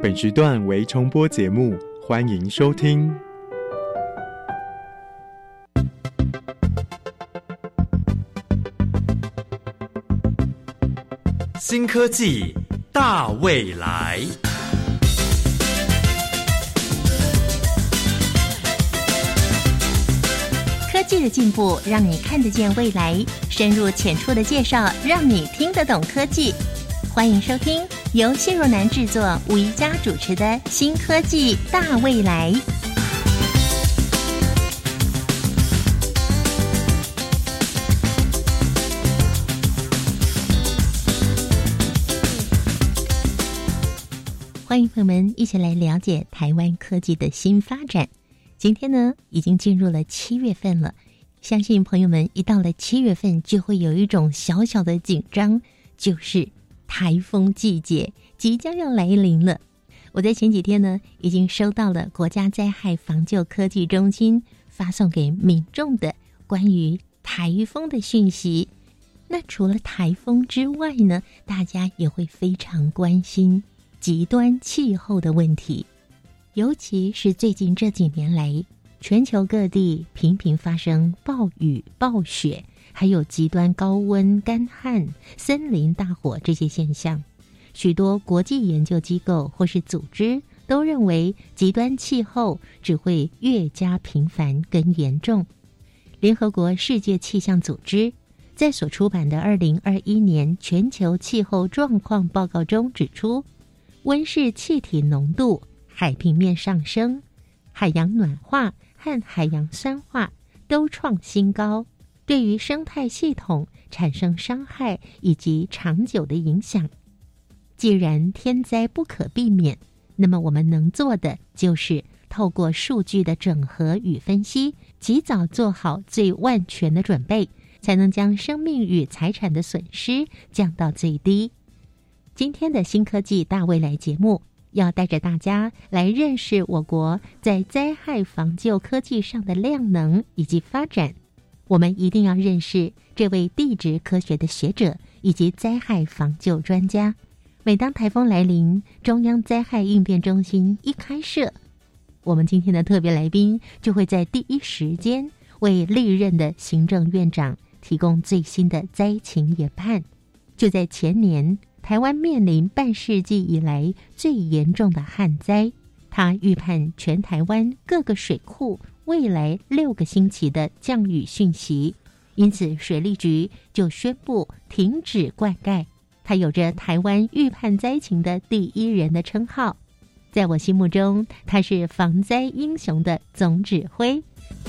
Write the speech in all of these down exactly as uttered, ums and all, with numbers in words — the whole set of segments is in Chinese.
本时段为重播节目，欢迎收听。 新科技大未来， 科技的进步让你看得见未来，深入浅出的介绍让你听得懂科技。欢迎收听由谢若男制作、吴宜佳主持的《新科技大未来》。欢迎朋友们一起来了解台湾科技的新发展。今天呢，已经进入了七月份了，相信朋友们一到了七月份，就会有一种小小的紧张，就是台风季节即将要来临了。我在前几天呢，已经收到了国家灾害防救科技中心发送给民众的关于台风的讯息。那除了台风之外呢，大家也会非常关心极端气候的问题，尤其是最近这几年来，全球各地频频发生暴雨、暴雪，还有极端高温、干旱、森林大火这些现象。许多国际研究机构或是组织都认为，极端气候只会越加频繁跟严重。联合国世界气象组织在所出版的二零二一年全球气候状况报告中指出，温室气体浓度、海平面上升、海洋暖化和海洋酸化都创新高，对于生态系统产生伤害以及长久的影响。既然天灾不可避免，那么我们能做的就是透过数据的整合与分析，及早做好最万全的准备，才能将生命与财产的损失降到最低。今天的新科技大未来节目要带着大家来认识我国在灾害防救科技上的量能以及发展。我们一定要认识这位地质科学的学者以及灾害防救专家。每当台风来临，中央灾害应变中心一开设，我们今天的特别来宾就会在第一时间为历任的行政院长提供最新的灾情研判。就在前年，台湾面临半世纪以来最严重的旱灾，他预判全台湾各个水库未来六个星期的降雨讯息，因此水利局就宣布停止灌溉。他有着台湾预判灾情的第一人的称号，在我心目中，他是防灾英雄的总指挥。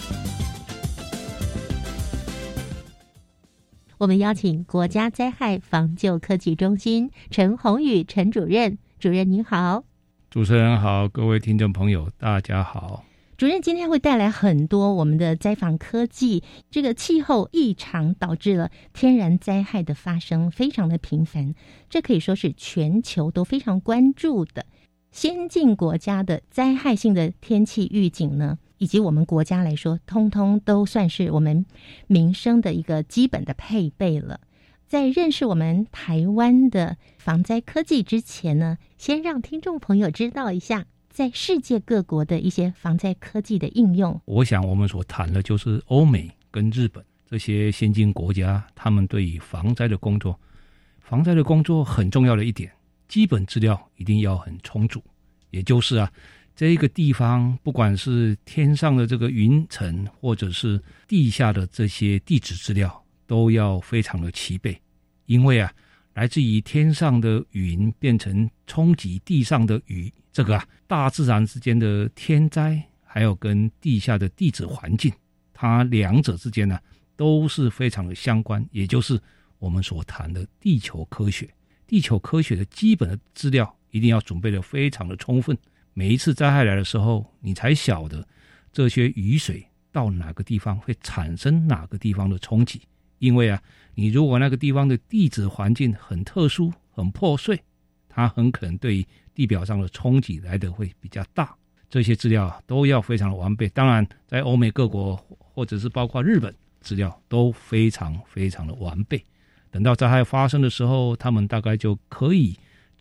我们邀请国家灾害防救科技中心陈宏宇陈主任。主任您好。 主持人好，各位听众朋友大家好。 主任今天会带来很多我们的灾防科技。这个气候异常导致了天然灾害的发生非常的频繁，这可以说是全球都非常关注的。先进国家的灾害性的天气预警呢，以及我们国家来说，通通都算是我们民生的一个基本的配备了。在认识我们台湾的防灾科技之前呢，先让听众朋友知道一下在世界各国的一些防灾科技的应用。 我想我们所谈的就是欧美跟日本这些先进国家，他们对于防灾的工作防灾的工作很重要的一点，基本资料一定要很充足，也就是啊这一个地方不管是天上的这个云层或者是地下的这些地质资料都要非常的齐备。因为啊来自于天上的云变成冲击地上的雨，这个啊大自然之间的天灾，还有跟地下的地质环境，它两者之间呢、啊、都是非常的相关，也就是我们所谈的地球科学。地球科学的基本的资料一定要准备得非常的充分，每一次灾害来的时候，你才晓得这些雨水到哪个地方会产生哪个地方的冲击。因为啊你如果那个地方的地质环境很特殊很破碎，它很可能对于地表上的冲击来得会比较大。这些资料都要非常的完备，当然在欧美各国或者是包括日本，资料都非常非常的完备。等到灾害发生的时候，他们大概就可以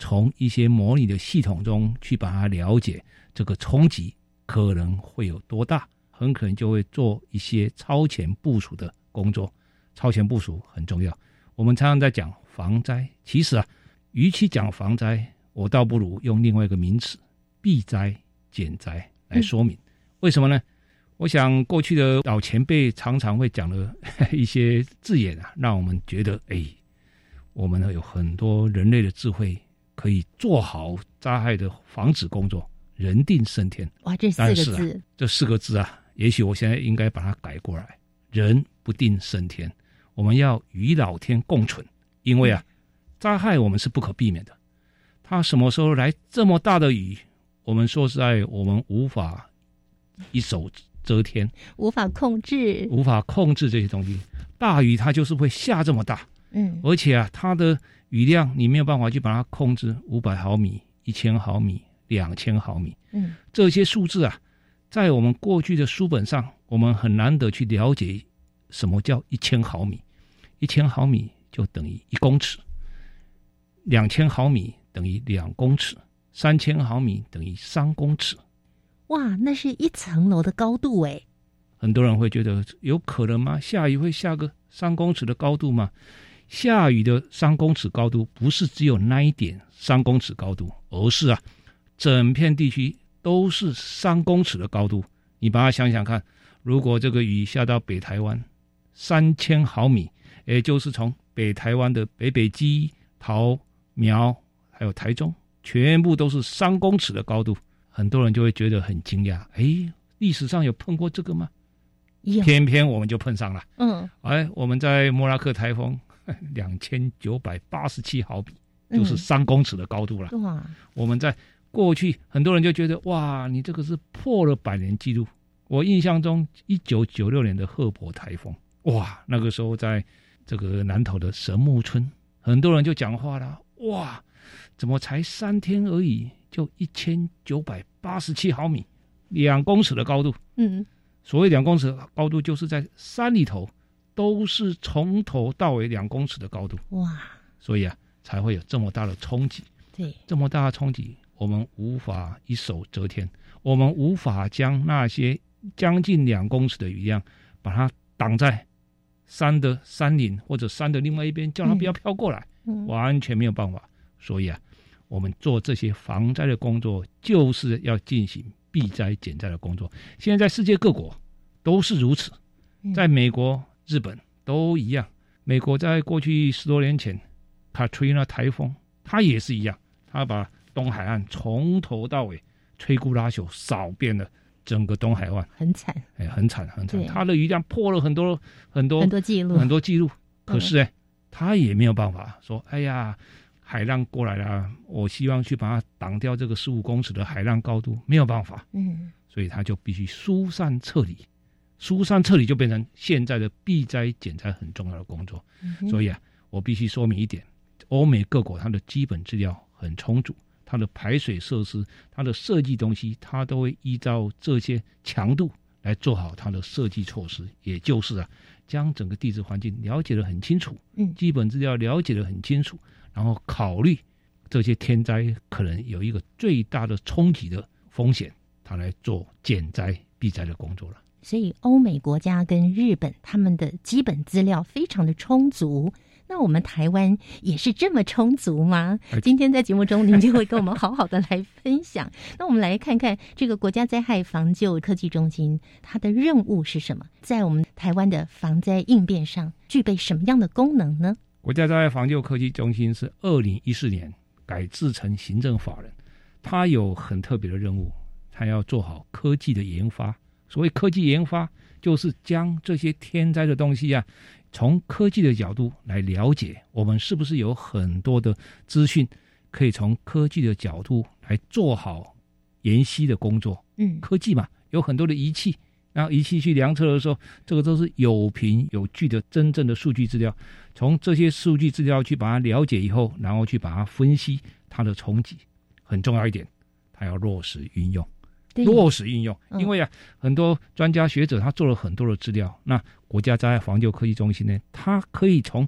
从一些模拟的系统中去把它了解这个冲击可能会有多大，很可能就会做一些超前部署的工作。超前部署很重要。我们常常在讲防灾，其实啊，与其讲防灾，我倒不如用另外一个名词避灾减灾来说明。嗯、为什么呢？我想过去的老前辈常常会讲的一些字眼啊，让我们觉得哎，我们有很多人类的智慧可以做好灾害的防止工作，人定胜天。 哇，这四个字、 啊、这四个字啊，也许我现在应该把它改过来，人不定胜天。我们要与老天共存，因为啊，灾害我们是不可避免的。它什么时候来这么大的雨，我们说实在，我们无法一手遮天， 无法控制， 无法控制这些东西。大雨它就是会下这么大， 嗯， 而且啊，它的雨量你没有办法去把它控制，五百毫米、一千毫米、两千毫米， 嗯， 这些数字啊，在我们过去的书本上，我们很难得去了解什么叫一千毫米。一千毫米就等于一公尺，两千毫米等于两公尺，三千毫米等于三公尺。 哇，那是一层楼的高度哎！ 很多人会觉得有可能吗？下雨会下个三公尺的高度吗？下雨的三公尺高度不是只有那一点三公尺高度，而是啊，整片地区都是三公尺的高度。你把它想想看，如果这个雨下到北台湾三千毫米，也就是从北台湾的北北基、桃、苗还有台中，全部都是三公尺的高度，很多人就会觉得很惊讶。哎，历史上有碰过这个吗？偏偏我们就碰上了。 嗯， 哎，我们在莫拉克台风两千九百八十七毫米，就是三公尺的高度了。 哇、 嗯！我们在过去很多人就觉得哇，你这个是破了百年纪录。我印象中，一九九六年的赫伯台风，哇，那个时候在这个南投的神木村，很多人就讲话了，哇，怎么才三天而已，就一千九百八十七毫米，两公尺的高度。 嗯， 所谓两公尺的高度，就是在山里头都是从头到尾两公尺的高度。 哇， 所以啊，才会有这么大的冲击。 对， 这么大的冲击，我们无法一手遮天，我们无法将那些将近两公尺的雨量，把它挡在山的山岭或者山的另外一边，叫它不要飘过来， 嗯、 完全没有办法。所以啊，我们做这些防灾的工作，就是要进行避灾减灾的工作。现在在世界各国都是如此，在美国、日本都一样。美国在过去十多年前 Katrina 台风，它也是一样，它把东海岸从头到尾摧枯拉朽，扫遍了整个东海岸， 很惨， 哎，很惨很惨。它的雨量破了很多很多很多记录， 很多记录。可是哎，它、嗯、也没有办法说，哎呀，海浪过来了，我希望去把它挡掉这个十五公尺的海浪高度，没有办法。 嗯， 所以它就必须疏散撤离，疏散撤离就变成现在的避灾减灾很重要的工作。 嗯、 所以啊，我必须说明一点，欧美各国它的基本资料很充足。它的排水设施，它的设计东西，它都会依照这些强度来做好它的设计措施，也就是啊，将整个地质环境了解得很清楚， 嗯， 基本资料了解得很清楚，然后考虑这些天灾可能有一个最大的冲击的风险，它来做减灾避灾的工作了。 所以欧美国家跟日本他们的基本资料非常的充足，那我们台湾也是这么充足吗？今天在节目中您就会跟我们好好的来分享。那我们来看看这个国家灾害防救科技中心它的任务是什么，在我们台湾的防灾应变上具备什么样的功能呢？ 国家灾害防救科技中心是二零一四年改制成行政法人，它有很特别的任务，它要做好科技的研发。所谓科技研发，就是将这些天灾的东西啊，从科技的角度来了解，我们是不是有很多的资讯可以从科技的角度来做好研析的工作。 嗯， 科技嘛，有很多的仪器，然后仪器去量测的时候，这个都是有凭有据的真正的数据资料，从这些数据资料去把它了解以后，然后去把它分析它的冲击。很重要一点，它要落实运用。落实运用，因为啊，嗯、很多专家学者他做了很多的资料，那国家灾害防救科技中心呢，它可以从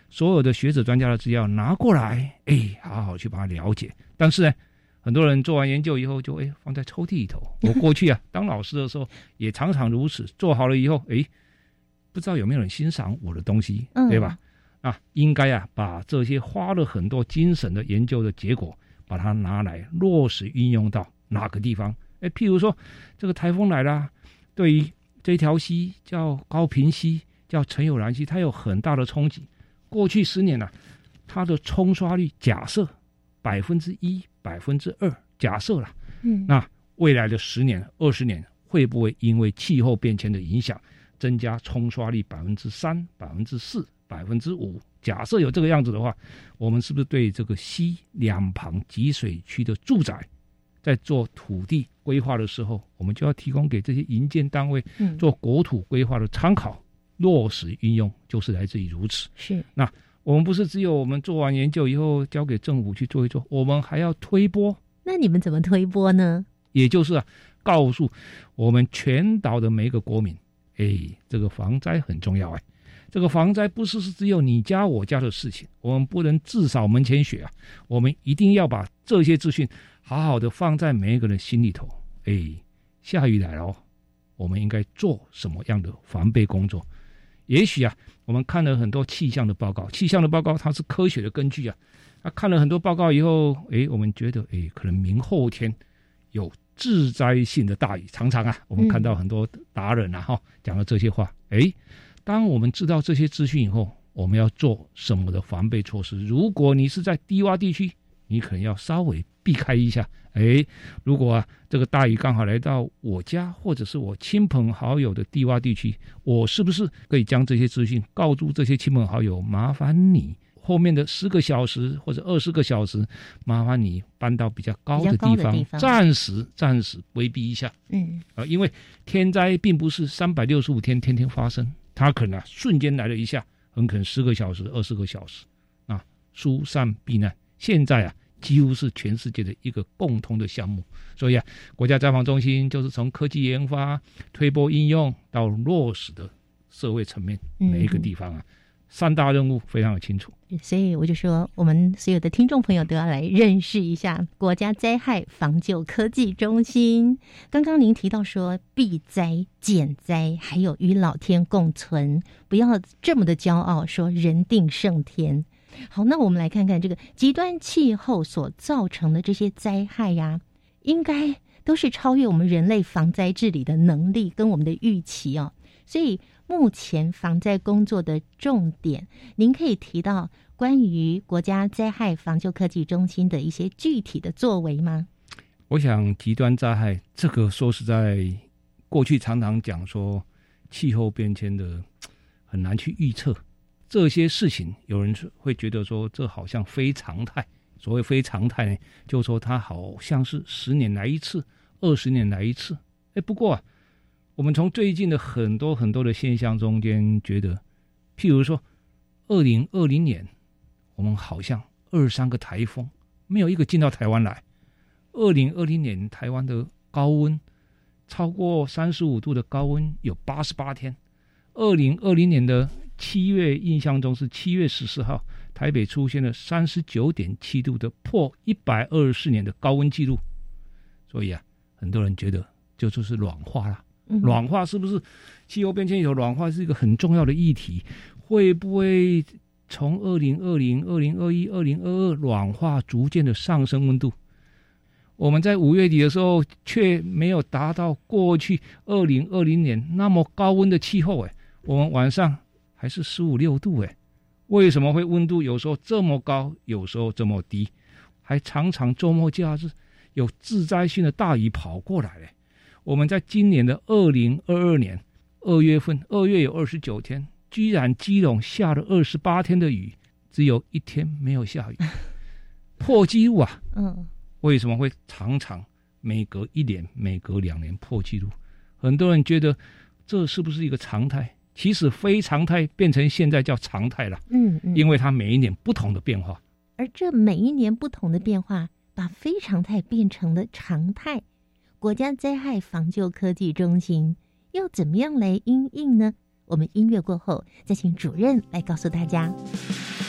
所有的学者专家的资料拿过来，哎，好好去把它了解。但是呢，很多人做完研究以后就哎放在抽屉里头。我过去啊当老师的时候也常常如此，做好了以后，哎，不知道有没有人欣赏我的东西，对吧？嗯、啊，应该啊把这些花了很多精神的研究的结果，把它拿来落实运用到哪个地方？哎，譬如说这个台风来了，对于这条溪叫高屏溪，叫陈有兰溪，它有很大的冲击。过去十年啊，它的冲刷率假设百分之一、百分之二，假设啦，嗯，那未来的十年、二十年会不会因为气候变迁的影响，增加冲刷率百分之三、百分之四、百分之五？假设有这个样子的话，我们是不是对这个溪两旁集水区的住宅，在做土地规划的时候，我们就要提供给这些营建单位做国土规划的参考？落实运用就是来自于如此。是，那我们不是只有我们做完研究以后交给政府去做一做，我们还要推播。 那你们怎么推播呢？ 也就是啊，告诉我们全岛的每一个国民，哎，这个防灾很重要哎。这个防灾不是是只有你家我家的事情，我们不能自扫门前雪啊，我们一定要把这些资讯好好的放在每一个人心里头。哎，下雨来了哦，我们应该做什么样的防备工作？也许啊，我们看了很多气象的报告，气象的报告它是科学的根据啊。啊，看了很多报告以后，哎，我们觉得，哎，可能明后天有致灾性的大雨。常常啊，我们看到很多达人啊，哈、嗯，讲了这些话。哎，当我们知道这些资讯以后，我们要做什么的防备措施？如果你是在低洼地区，你可能要稍微避开一下。哎，如果啊这个大雨刚好来到我家或者是我亲朋好友的低洼地区，我是不是可以将这些资讯告诉这些亲朋好友？麻烦你后面的十个小时或者二十个小时，麻烦你搬到比较高的地方，暂时暂时规避一下。嗯，呃，因为天灾并不是三百六十五天天天发生，它可能啊瞬间来了一下，很可能十个小时、二十个小时啊，疏散避难。现在啊。几乎是全世界的一个共同的项目，所以啊，国家灾防中心就是从科技研发、推播应用到落实的社会层面，每一个地方啊，嗯、三大任务非常的清楚。 所以我就说，我们所有的听众朋友都要来认识一下国家灾害防救科技中心。刚刚您提到说避灾、减灾，还有与老天共存，不要这么的骄傲，说人定胜天。好，那我们来看看这个极端气候所造成的这些灾害呀、啊，应该都是超越我们人类防灾治理的能力跟我们的预期哦。所以目前防灾工作的重点，您可以提到关于国家灾害防救科技中心的一些具体的作为吗？ 我想极端灾害这个说实在，过去常常讲说气候变迁的很难去预测。这些事情有人会觉得说这好像非常态，所谓非常态呢，就是说它好像是十年来一次，二十年来一次。哎，不过啊，我们从最近的很多很多的现象中间觉得，譬如说二零二零年我们好像二三个台风没有一个进到台湾来，二零二零年台湾的高温超过三十五度的高温有八十八天，二零二零年的七月印象中是七月十四号，台北出现了三十九点七度的破一百二十四年的高温记录。所以啊，很多人觉得这就是暖化啦。嗯、暖化是不是气候变迁以后，暖化是一个很重要的议题？会不会从二零二零、二零二一、二零二二暖化逐渐的上升温度？我们在五月底的时候却没有达到过去二零二零年那么高温的气候，哎，我们晚上还是十五六度，哎，为什么会温度有时候这么高，有时候这么低？还常常周末假日有致灾性的大雨跑过来，哎，我们在今年的二零二二年二月份，二月有二十九天，居然基隆下了二十八天的雨，只有一天没有下雨，破纪录啊！嗯，为什么会常常每隔一年、每隔两年破纪录？很多人觉得这是不是一个常态？其实非常态变成现在叫常态了。嗯嗯，因为它每一年不同的变化， 而这每一年不同的变化，把非常态变成了常态。国家灾害防救科技中心要怎么样来因应呢？我们音乐过后再请主任来告诉大家。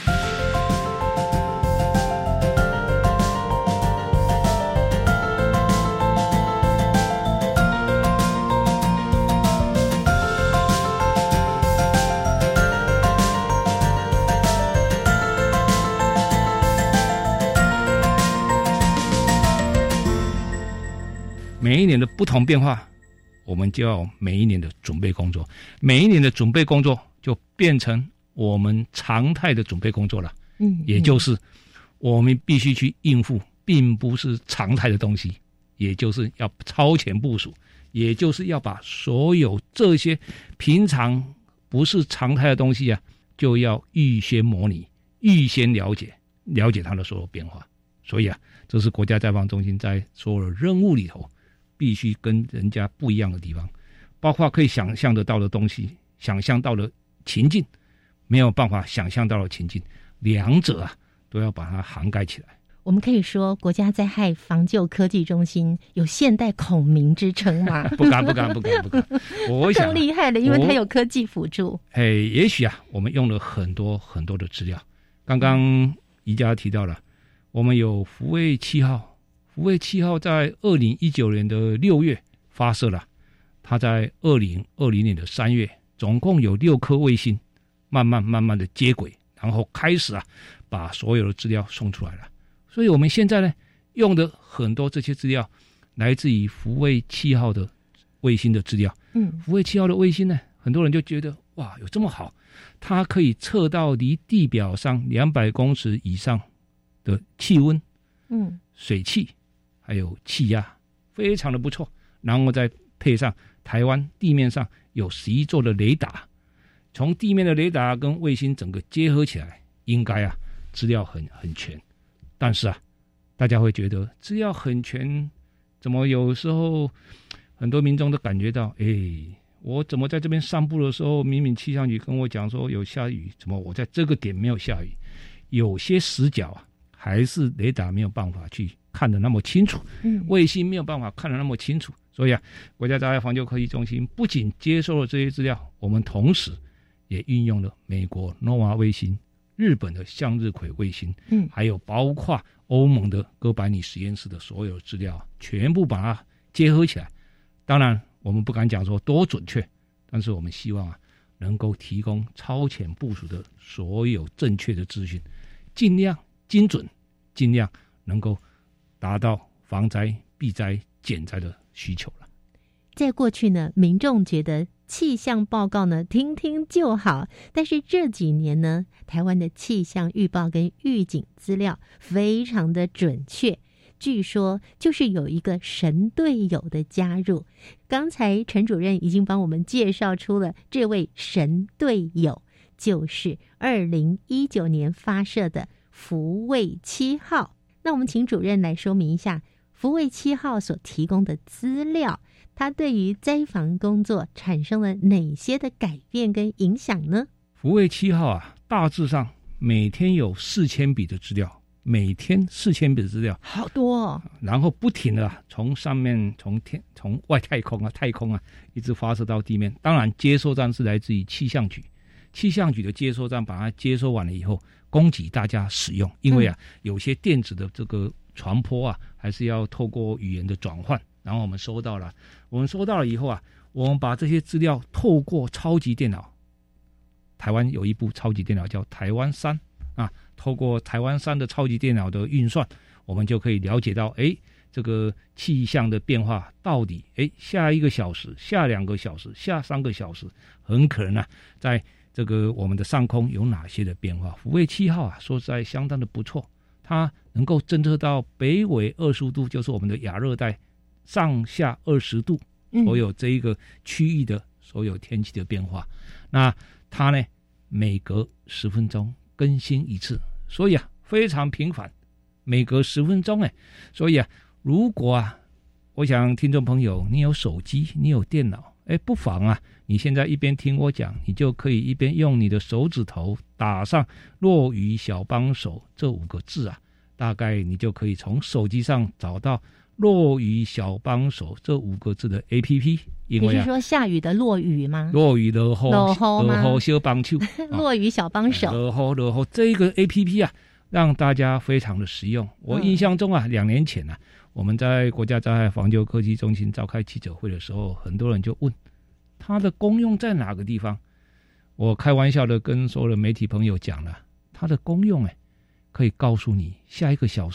每一年的不同变化，我们就要每一年的准备工作，每一年的准备工作就变成我们常态的准备工作了。嗯，也就是我们必须去应付，并不是常态的东西，也就是要超前部署，也就是要把所有这些平常不是常态的东西啊，就要预先模拟，预先了解，了解它的所有变化。所以啊，这是国家灾防中心在所有的任务里头必须跟人家不一样的地方，包括可以想象得到的东西，想象到的情境，没有办法想象到的情境，两者啊都要把它涵盖起来。 我们可以说国家灾害防救科技中心有现代孔明之称吗？ 不敢不敢不敢不敢，我想、啊、 更厉害了，因为它有科技辅助。 哎，也许啊，我们用了很多很多的资料。刚刚宜家提到了，我们有福卫七号，福卫七号在二零一九年的六月发射了，它在二零二零年的三月，总共有六颗卫星，慢慢慢慢的接轨，然后开始啊，把所有的资料送出来了。所以我们现在呢，用的很多这些资料，来自于福卫七号的卫星的资料。嗯，福卫七号的卫星呢，很多人就觉得哇，有这么好，它可以测到离地表上两百公尺以上的气温、嗯，水汽，还有气压，非常的不错。然后再配上台湾地面上有十一座的雷达，从地面的雷达跟卫星整个结合起来，应该啊资料很很全。但是啊，大家会觉得资料很全，怎么有时候很多民众都感觉到，哎，我怎么在这边散步的时候，明明气象局跟我讲说有下雨，怎么我在这个点没有下雨？有些死角啊，还是雷达没有办法去看得那么清楚，嗯，卫星没有办法看得那么清楚。所以啊，国家灾害防救科技中心不仅接收了这些资料，我们同时也运用了美国 NOAA 卫星、日本的向日葵卫星，嗯，还有包括欧盟的哥白尼实验室的所有资料，全部把它结合起来。当然，我们不敢讲说多准确，但是我们希望啊，能够提供超前部署的所有正确的资讯，尽量精准，尽量能够达到防灾、避灾、减灾的需求了。 在过去呢，民众觉得气象报告呢听听就好，但是这几年呢，台湾的气象预报跟预警资料非常的准确，据说就是有一个神队友的加入。刚才陈主任已经帮我们介绍出了这位神队友，就是二零一九年发射的福卫七号。那我们请主任来说明一下福卫七号所提供的资料，它对于灾防工作产生了哪些的改变跟影响呢？ 福卫七号啊，大致上每天有四千笔的资料，每天四千笔的资料， 好多哦。 然后不停的啊，从上面从天从外太空啊太空啊，一直发射到地面。当然，接收站是来自于气象局，气象局的接收站把它接收完了以后，供给大家使用。因为啊，嗯、有些电子的这个传播啊，还是要透过语言的转换。然后我们收到了，我们收到了以后啊，我们把这些资料透过超级电脑，台湾有一部超级电脑叫台湾三啊，透过台湾三的超级电脑的运算，我们就可以了解到，哎，这个气象的变化到底，哎，下一个小时、下两个小时、下三个小时，很可能啊，在这个我们的上空有哪些的变化。福卫七号啊，说实在相当的不错，它能够侦测到北纬二十五度，就是我们的亚热带。上下二十度，所有这一个区域的所有天气的变化，嗯、那它呢每隔十分钟更新一次，所以啊非常频繁，每隔十分钟哎，所以啊如果啊，我想听众朋友你有手机，你有电脑，哎不妨啊，你现在一边听我讲，你就可以一边用你的手指头打上“落雨小帮手”这五个字啊，大概你就可以从手机上找到。落雨小帮手这五个字的 A P P， 因为、啊、 你是说下雨的落雨吗？ 落雨的雨， 落雨小帮手， 落雨小帮手， 落雨落雨这一个 A P P 啊，让大家非常的实用。我印象中啊，两、嗯、年前啊，我们在国家灾害防救科技中心召开记者会的时候，很多人就问它的功用在哪个地方。我开玩笑的跟所有的媒体朋友讲了，它的功用哎，可以告诉你下一个小时。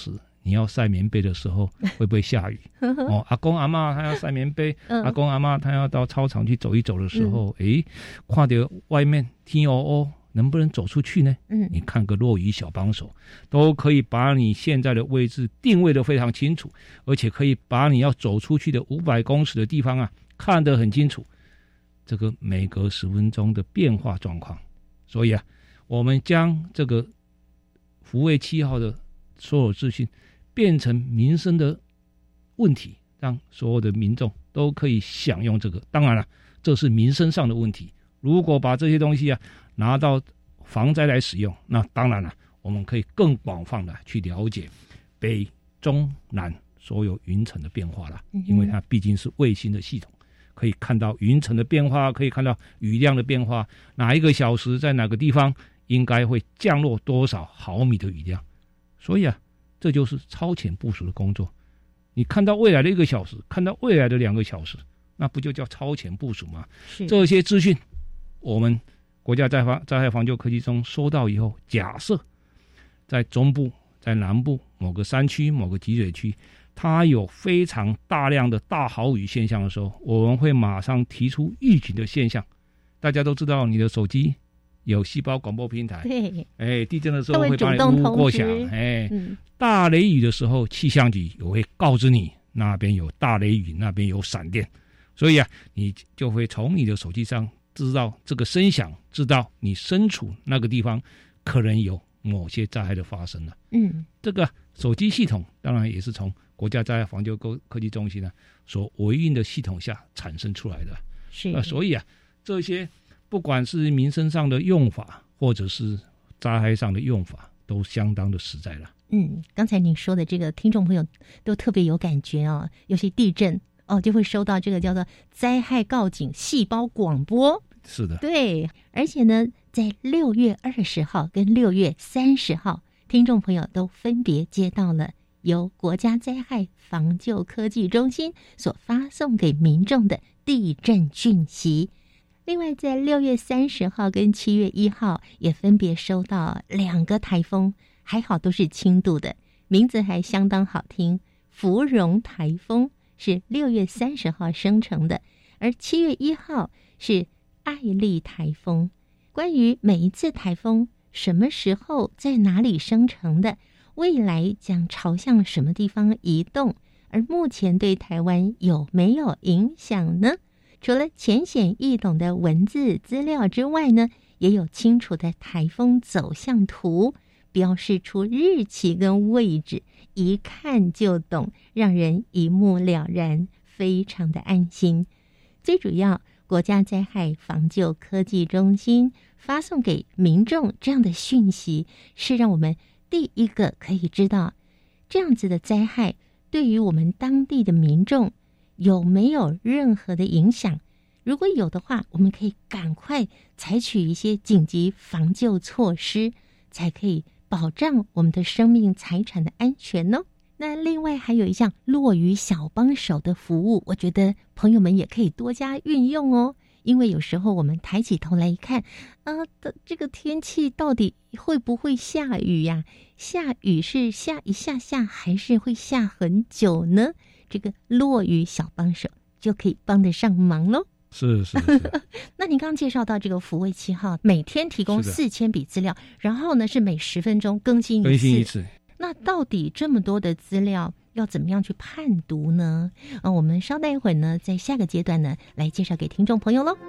你要晒棉被的时候会不会下雨？哦，阿公阿嬷他要晒棉被，嗯、阿公阿嬷他要到操场去走一走的时候，哎、嗯，看到外面天哦哦，能不能走出去呢？嗯，你看个落雨小帮手，都可以把你现在的位置定位得非常清楚，而且可以把你要走出去的五百公尺的地方啊看得很清楚。这个每隔十分钟的变化状况，所以啊，我们将这个福卫七号的所有资讯变成民生的问题，让所有的民众都可以享用这个。当然了，这是民生上的问题。如果把这些东西啊拿到防灾来使用，那当然了，我们可以更广泛的去了解北中南所有云层的变化了，因为它毕竟是卫星的系统。可以看到云层的变化，可以看到雨量的变化，哪一个小时在哪个地方应该会降落多少毫米的雨量。所以啊，这就是超前部署的工作。你看到未来的一个小时，看到未来的两个小时，那不就叫超前部署吗？这些资讯我们国家灾防灾害防救科技中收到以后，假设在中部、在南部某个山区、某个集水区，它有非常大量的大豪雨现象的时候，我们会马上提出预警的现象。大家都知道你的手机有细胞广播平台，对，哎，地震的时候会把你呜呜过响，哎、嗯，大雷雨的时候，气象局也会告知你那边有大雷雨，那边有闪电，所以啊，你就会从你的手机上知道这个声响，知道你身处那个地方可能有某些灾害的发生了。嗯，这个手机系统当然也是从国家灾害防救科技中心呢所维运的系统下产生出来的。是，呃，所以啊，这些不管是民生上的用法，或者是灾害上的用法，都相当的实在了。 嗯，刚才您说的这个，听众朋友都特别有感觉哦，尤其地震哦，就会收到这个叫做灾害告警细胞广播。 是的， 对，而且呢，在六月二十号跟六月三十号，听众朋友都分别接到了由国家灾害防救科技中心所发送给民众的地震讯息。另外在六月三十号跟七月一号也分别收到两个台风，还好都是轻度的，名字还相当好听，芙蓉台风是六月三十号生成的，而七月一号是艾丽台风。关于每一次台风什么时候在哪里生成的，未来将朝向什么地方移动，而目前对台湾有没有影响呢？除了浅显易懂的文字资料之外呢，也有清楚的台风走向图，标示出日期跟位置，一看就懂，让人一目了然，非常的安心。最主要，国家灾害防救科技中心发送给民众这样的讯息，是让我们第一个可以知道这样子的灾害对于我们当地的民众有没有任何的影响。如果有的话，我们可以赶快采取一些紧急防救措施，才可以保障我们的生命财产的安全呢。那另外还有一项落雨小帮手的服务，我觉得朋友们也可以多加运用哦。因为有时候我们抬起头来一看啊，这个天气到底会不会下雨呀？下雨是下一下下还是会下很久呢？这个落雨小帮手就可以帮得上忙咯。 是是是。 那您刚刚介绍到这个福卫七号每天提供四千笔资料，然后呢是每十分钟更新一次。 更新一次。 那到底这么多的资料要怎么样去判读呢？呃，我们稍待一会儿呢，在下个阶段呢来介绍给听众朋友咯。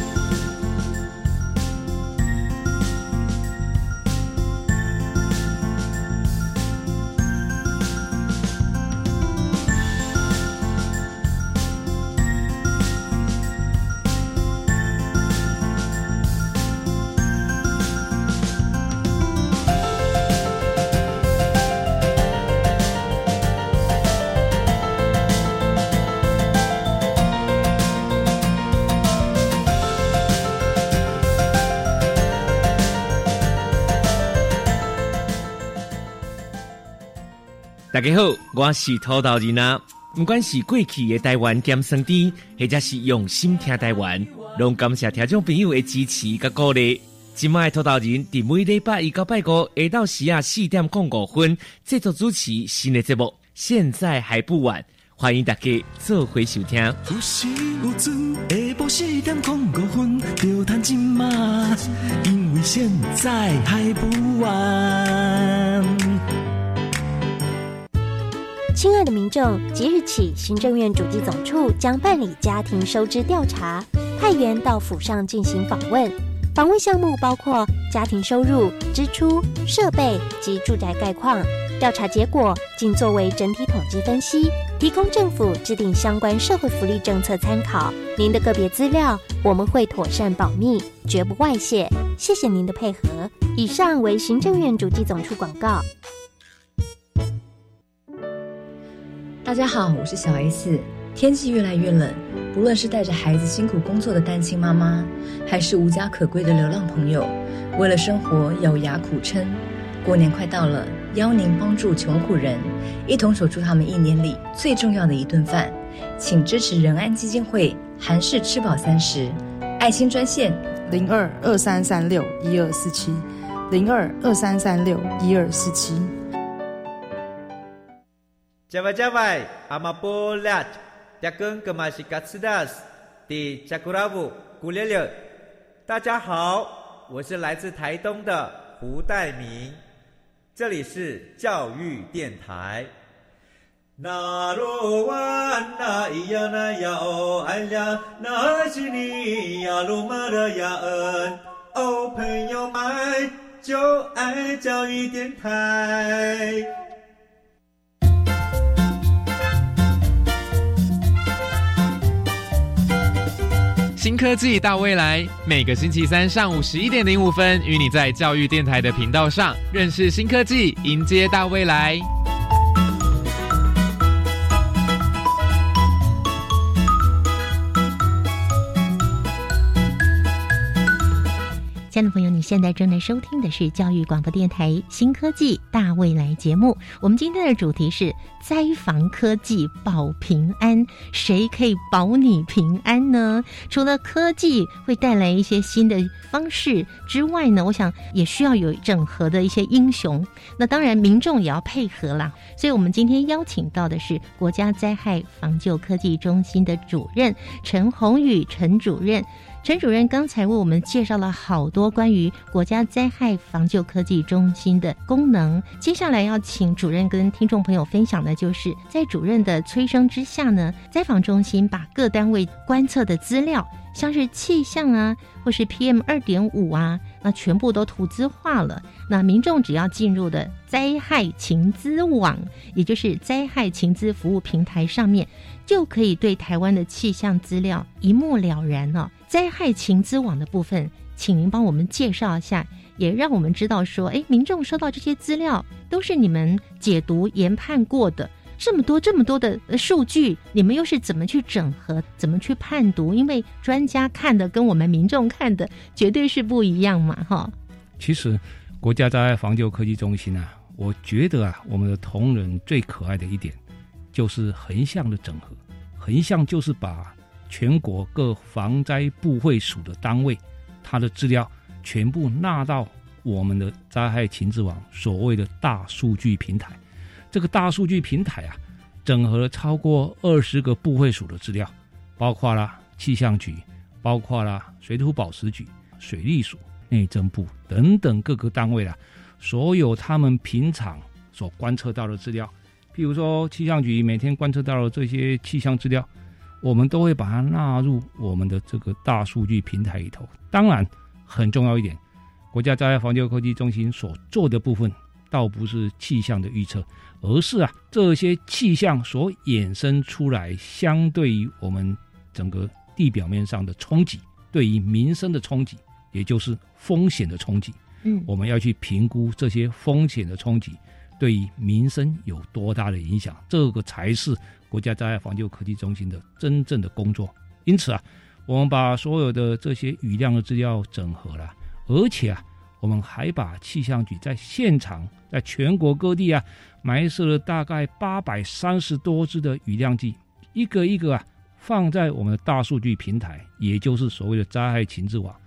大家好，我是土豆人啊。不管是过去的台湾咸酸甜，或者是用心听台湾，拢感谢听众朋友的支持甲鼓励。 今麦土豆人伫每礼拜一到拜五下到时啊四点零五分制作主持新的节目，现在还不晚，欢迎大家做回收听。 有时有阵下晡四点零五分就谈今嘛，因为现在还不晚。 亲爱的民众，即日起，行政院主计总处将办理家庭收支调查，派员到府上进行访问。访问项目包括家庭收入、支出、设备及住宅概况。调查结果仅作为整体统计分析，提供政府制定相关社会福利政策参考。您的个别资料我们会妥善保密，绝不外泄。谢谢您的配合。以上为行政院主计总处广告。 大家好，我是小 S。 天气越来越冷，不论是带着孩子辛苦工作的单亲妈妈，还是无家可归的流浪朋友，为了生活咬牙苦撑。过年快到了，邀您帮助穷苦人，一同守住他们一年里最重要的一顿饭。请支持仁安基金会韩式吃饱三十爱心专线零二二三三六一二四七零二二三三六一二四七。 加外加外，阿玛波拉，加根格玛西卡斯达斯，迪加古拉布古列列。大家好，我是来自台东的胡代明，这里是教育电台。那罗哇那咿呀那呀哦哎呀，那是你呀鲁玛的呀恩哦，朋友们就爱教育电台。 新科技大未来，每个星期三上午十一点零五分，与你在教育电台的频道上认识新科技，迎接大未来。 亲爱的朋友，你现在正在收听的是教育广播电台新科技大未来节目。我们今天的主题是灾防科技保平安，谁可以保你平安呢？除了科技会带来一些新的方式之外呢，我想也需要有整合的一些英雄。那当然民众也要配合啦。所以我们今天邀请到的是国家灾害防救科技中心的主任陈宏宇陈主任。陈主任刚才为我们介绍了好多关于国家灾害防救科技中心的功能，接下来要请主任跟听众朋友分享的就是在主任的催生之下呢，灾防中心把各单位观测的资料，像是气象啊或是 P M 二点五 啊，那全部都图资化了。那民众只要进入的灾害情资网，也就是灾害情资服务平台上面，就可以对台湾的气象资料一目了然哦。灾害情资网的部分，请您帮我们介绍一下，也让我们知道说，哎，民众收到这些资料都是你们解读研判过的，这么多这么多的数据，你们又是怎么去整合，怎么去判读？因为专家看的跟我们民众看的绝对是不一样嘛，哈。 其实国家灾害防救科技中心啊，我觉得啊，我们的同仁最可爱的一点就是横向的整合。横向就是把全国各防灾部会属的单位，它的资料全部纳到我们的灾害情资网所谓的大数据平台。这个大数据平台啊，整合了超过二十个部会属的资料，包括了气象局，包括了水土保持局、水利署、内政部等等各个单位啦，所有他们平常所观测到的资料，譬如说气象局每天观测到的这些气象资料，我们都会把它纳入我们的这个大数据平台里头。当然很重要一点，国家灾害防救科技中心所做的部分倒不是气象的预测，而是啊这些气象所衍生出来相对于我们整个地表面上的冲击，对于民生的冲击，也就是风险的冲击。嗯，我们要去评估这些风险的冲击对于民生有多大的影响，这个才是国家灾害防救科技中心的真正的工作。因此啊，我们把所有的这些雨量的资料整合了，而且啊，我们还把气象局在现场在全国各地啊埋设了大概八百三十多支的雨量计，一个一个啊放在我们的大数据平台，也就是所谓的灾害情资网。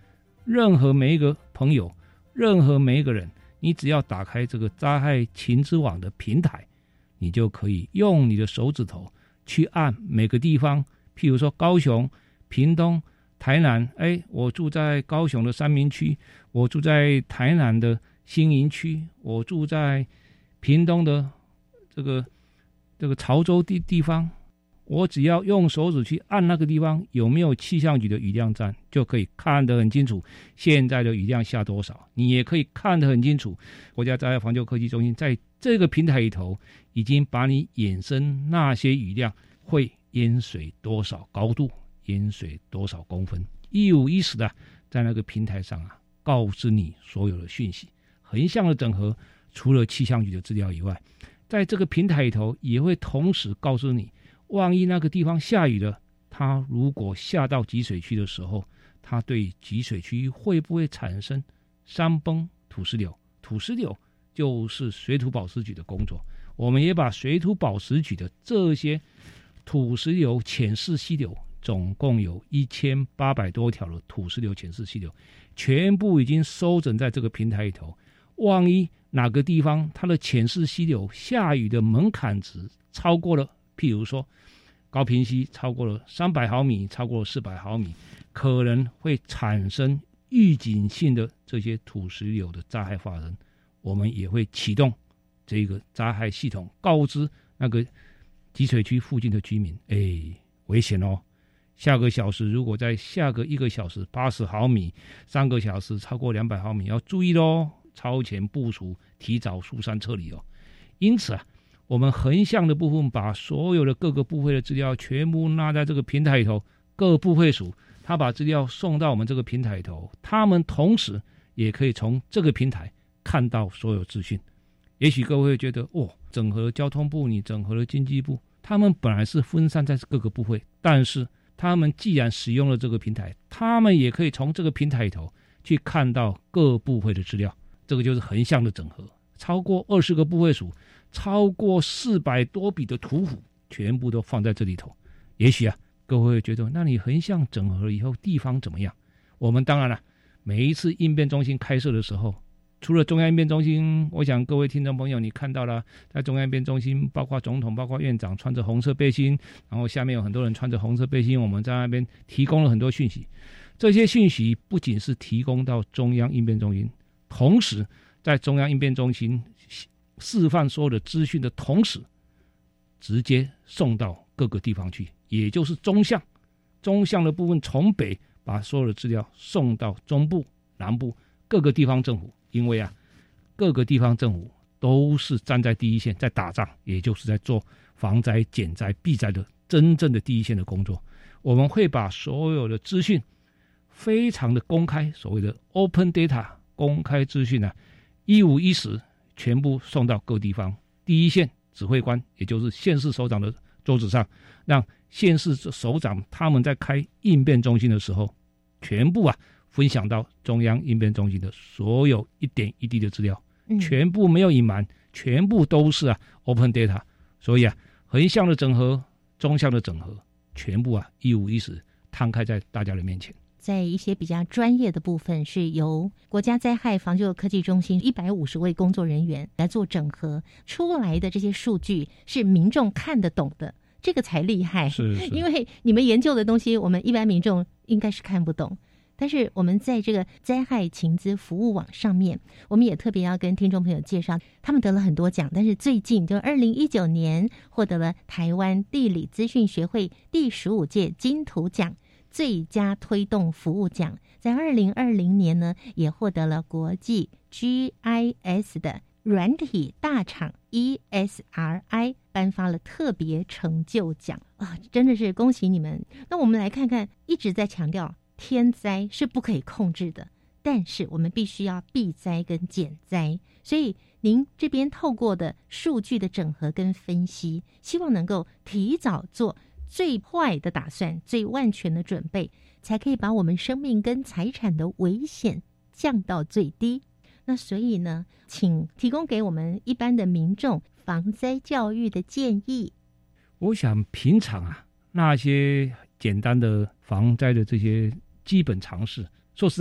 任何每一个朋友，任何每一个人，你只要打开这个灾害情资网的平台，你就可以用你的手指头去按每个地方，譬如说高雄、屏东、台南，哎，我住在高雄的三民区，我住在台南的新营区，我住在屏东的这个这个潮州地地方，我只要用手指去按那个地方有没有气象局的雨量站，就可以看得很清楚现在的雨量下多少。你也可以看得很清楚，国家灾害防救科技中心在这个平台里头已经把你衍生那些雨量会淹水多少高度，淹水多少公分，一五一十的在那个平台上啊，告知你所有的讯息。横向的整合，除了气象局的资料以外，在这个平台里头也会同时告诉你，万一那个地方下雨了，它如果下到集水区的时候，它对集水区会不会产生山崩、土石流？土石流就是水土保持局的工作，我们也把水土保持局的这些土石流、浅式溪流，总共有一千八百多条的土石流、浅式溪流，全部已经收整在这个平台里头。万一哪个地方它的浅式溪流下雨的门槛值超过了，譬如说高屏溪超过了三百毫米，超过了四百毫米，可能会产生预警性的这些土石流的灾害发生，我们也会启动这个灾害系统，告知那个集水区附近的居民，哎，危险哦！下个小时如果在下个一个小时八十毫米，三个小时超过两百毫米，要注意咯，超前部署，提早疏散撤离哦。因此啊，我们横向的部分把所有的各个部会的资料全部纳在这个平台里头，各部会属他把资料送到我们这个平台里头，他们同时也可以从这个平台看到所有资讯。也许各位会觉得，哦，整合交通部，你整合了经济部，他们本来是分散在各个部会，但是他们既然使用了这个平台，他们也可以从这个平台里头去看到各部会的资料。这个就是横向的整合，超过二十个部会属，超过四百多笔的图谱，全部都放在这里头。也许啊，各位会觉得，那你横向整合了以后，地方怎么样？我们当然了，每一次应变中心开设的时候，除了中央应变中心，我想各位听众朋友，你看到了，在中央应变中心，包括总统、包括院长穿着红色背心，然后下面有很多人穿着红色背心，我们在那边提供了很多讯息。这些讯息不仅是提供到中央应变中心，同时在中央应变中心示范所有的资讯的同时，直接送到各个地方去，也就是中向。中向的部分从北把所有的资料送到中部、南部各个地方政府，因为啊，各个地方政府都是站在第一线在打仗，也就是在做防灾、减灾、避灾的真正的第一线的工作。我们会把所有的资讯非常的公开，所谓的 open data 公开资讯啊，一五一十全部送到各地方第一线指挥官，也就是县市首长的桌子上，让县市首长他们在开应变中心的时候，全部啊分享到中央应变中心的所有一点一滴的资料，嗯、全部没有隐瞒，全部都是啊 open data。所以啊，横向的整合、中向的整合，全部啊一五一十摊开在大家的面前。 在一些比较专业的部分，是由国家灾害防救科技中心一百五十位工作人员来做整合，出来的这些数据是民众看得懂的，这个才厉害。 是是， 因为你们研究的东西，我们一般民众应该是看不懂。但是我们在这个灾害情资服务网上面，我们也特别要跟听众朋友介绍，他们得了很多奖，但是最近就二零一九年获得了台湾地理资讯学会第十五届金图奖最佳推动服务奖，在二零二零年呢，也获得了国际 G I S 的软体大厂 E S R I 颁发了特别成就奖啊，真的是恭喜你们。那我们来看看，一直在强调天灾是不可以控制的，但是我们必须要避灾跟减灾，所以您这边透过的数据的整合跟分析，希望能够提早做最坏的打算，最万全的准备，才可以把我们生命跟财产的危险降到最低。那所以呢，请提供给我们一般的民众防灾教育的建议。 我想平常啊，那些简单的防灾的这些基本常识，说实在，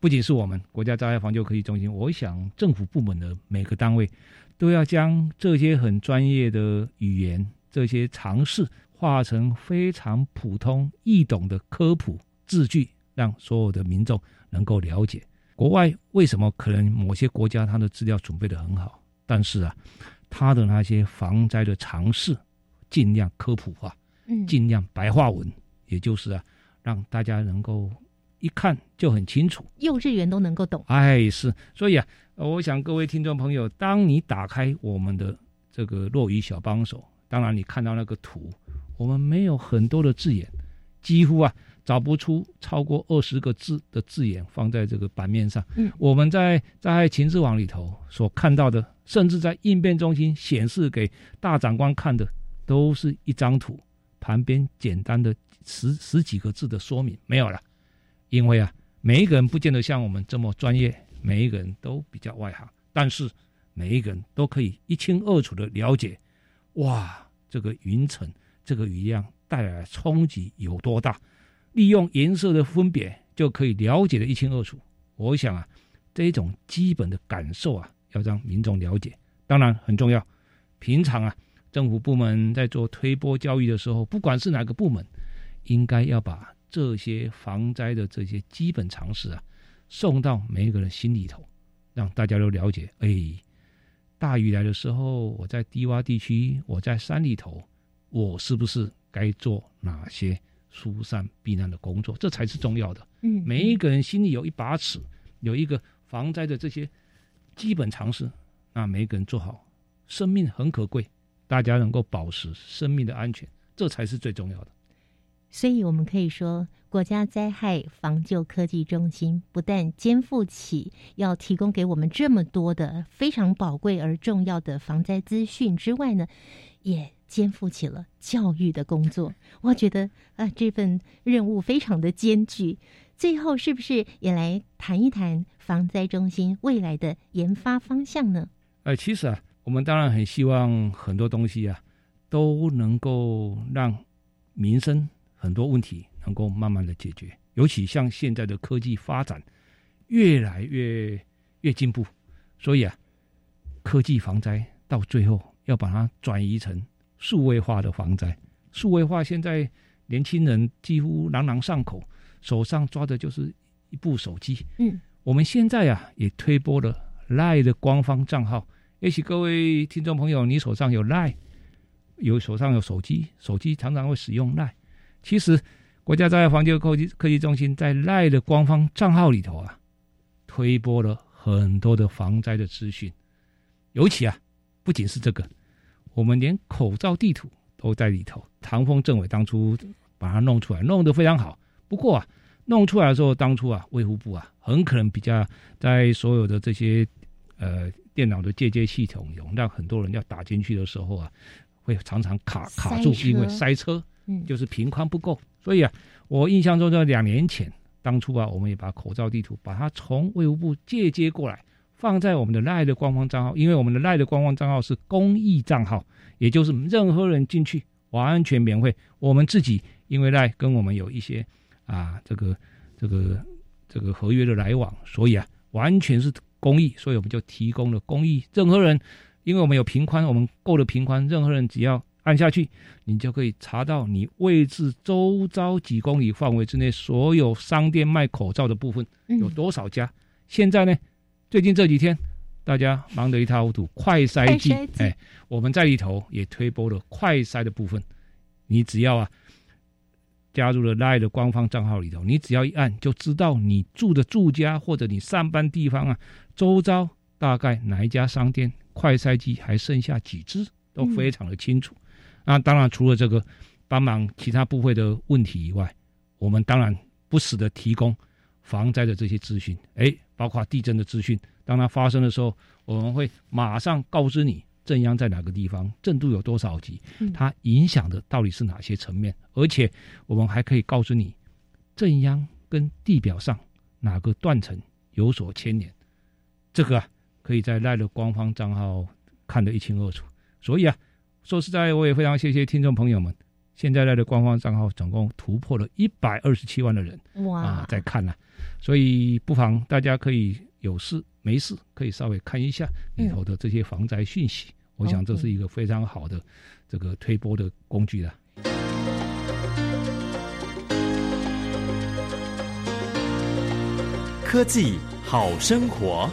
不仅是我们国家灾害防救科技中心，我想政府部门的每个单位都要将这些很专业的语言、这些常识化成非常普通易懂的科普字句，让所有的民众能够了解。国外为什么可能某些国家它的资料准备得很好，但是啊，它的那些防灾的常识尽量科普化，嗯，尽量白话文，也就是啊，让大家能够一看就很清楚， 幼稚园都能够懂。 哎，是，所以啊，我想各位听众朋友，当你打开我们的这个落语小帮手，当然你看到那个图，我们没有很多的字眼，几乎啊找不出超过二十个字的字眼放在这个版面上。嗯，我们在在情治网里头所看到的，甚至在应变中心显示给大长官看的，都是一张图，旁边简单的十十几个字的说明，没有了。因为啊，每一个人不见得像我们这么专业，每一个人都比较外行，但是每一个人都可以一清二楚的了解，哇，这个云层这个雨量带来的冲击有多大，利用颜色的分别就可以了解的一清二楚。我想啊，这种基本的感受啊，要让民众了解，当然很重要。平常啊，政府部门在做推播教育的时候，不管是哪个部门，应该要把这些防灾的这些基本常识啊，送到每一个人心里头，让大家都了解。哎，大雨来的时候，我在低洼地区，我在山里头，我是不是该做哪些疏散避难的工作？这才是重要的。嗯，每一个人心里有一把尺，有一个防灾的这些基本常识，那每一个人做好，生命很可贵，大家能够保持生命的安全，这才是最重要的。 所以我们可以说，国家灾害防救科技中心不但肩负起要提供给我们这么多的非常宝贵而重要的防灾资讯之外呢，也肩负起了教育的工作。我觉得啊，这份任务非常的艰巨。最后是不是也来谈一谈防灾中心未来的研发方向呢？ 呃，其实啊，我们当然很希望很多东西啊，都能够让民生很多问题能够慢慢的解决，尤其像现在的科技发展越来越越进步，所以啊，科技防灾到最后要把它转移成数位化的防灾。数位化现在年轻人几乎朗朗上口，手上抓的就是一部手机。嗯，我们现在啊也推播了 LINE 的官方账号，也许各位听众朋友，你手上有 LINE， 有手上有手机，手机常常会使用 LINE。其实国家灾害防救科技科技中心在 LINE 的官方账号里头啊，推播了很多的防灾的资讯，尤其啊，不仅是这个，我们连口罩地图都在里头。唐凤政委当初把它弄出来，弄得非常好。不过啊，弄出来的时候，当初啊，卫福部啊，很可能比较在所有的这些呃电脑的介接系统有让很多人要打进去的时候啊，会常常卡卡住，因为塞车。嗯，就是频宽不够，所以啊，我印象中在两年前，当初啊，我们也把口罩地图把它从卫福部借接过来，放在我们的 LINE 的官方账号，因为我们的 LINE 的官方账号是公益账号，也就是任何人进去完全免费。我们自己因为 LINE 跟我们有一些啊这个这个这个合约的来往，所以啊完全是公益，所以我们就提供了公益，任何人，因为我们有频宽，我们够了频宽，任何人只要按下去，你就可以查到你位置周遭几公里范围之内所有商店卖口罩的部分有多少家。嗯、现在呢，最近这几天大家忙得一塌糊涂，快筛剂，哎，我们在里头也推播了快筛的部分。你只要啊加入了 LINE 的官方账号里头，你只要一按就知道你住的住家或者你上班地方啊周遭大概哪一家商店快筛剂还剩下几支，都非常的清楚。嗯，那当然，除了这个帮忙其他部会的问题以外，我们当然不时的提供防灾的这些资讯，哎，包括地震的资讯。当它发生的时候，我们会马上告知你震央在哪个地方，震度有多少级，它影响的到底是哪些层面，而且我们还可以告诉你震央跟地表上哪个断层有所牵连。这个啊，可以在 LINE 的官方账号看得一清二楚。所以啊，说实在，我也非常谢谢听众朋友们，现在的官方账号总共突破了一百二十七万的人哇、啊、在看了、啊。 所以不妨大家可以有事没事可以稍微看一下里头的这些防灾讯息、嗯、我想这是一个非常好的这个推播的工具了。 科技好生活。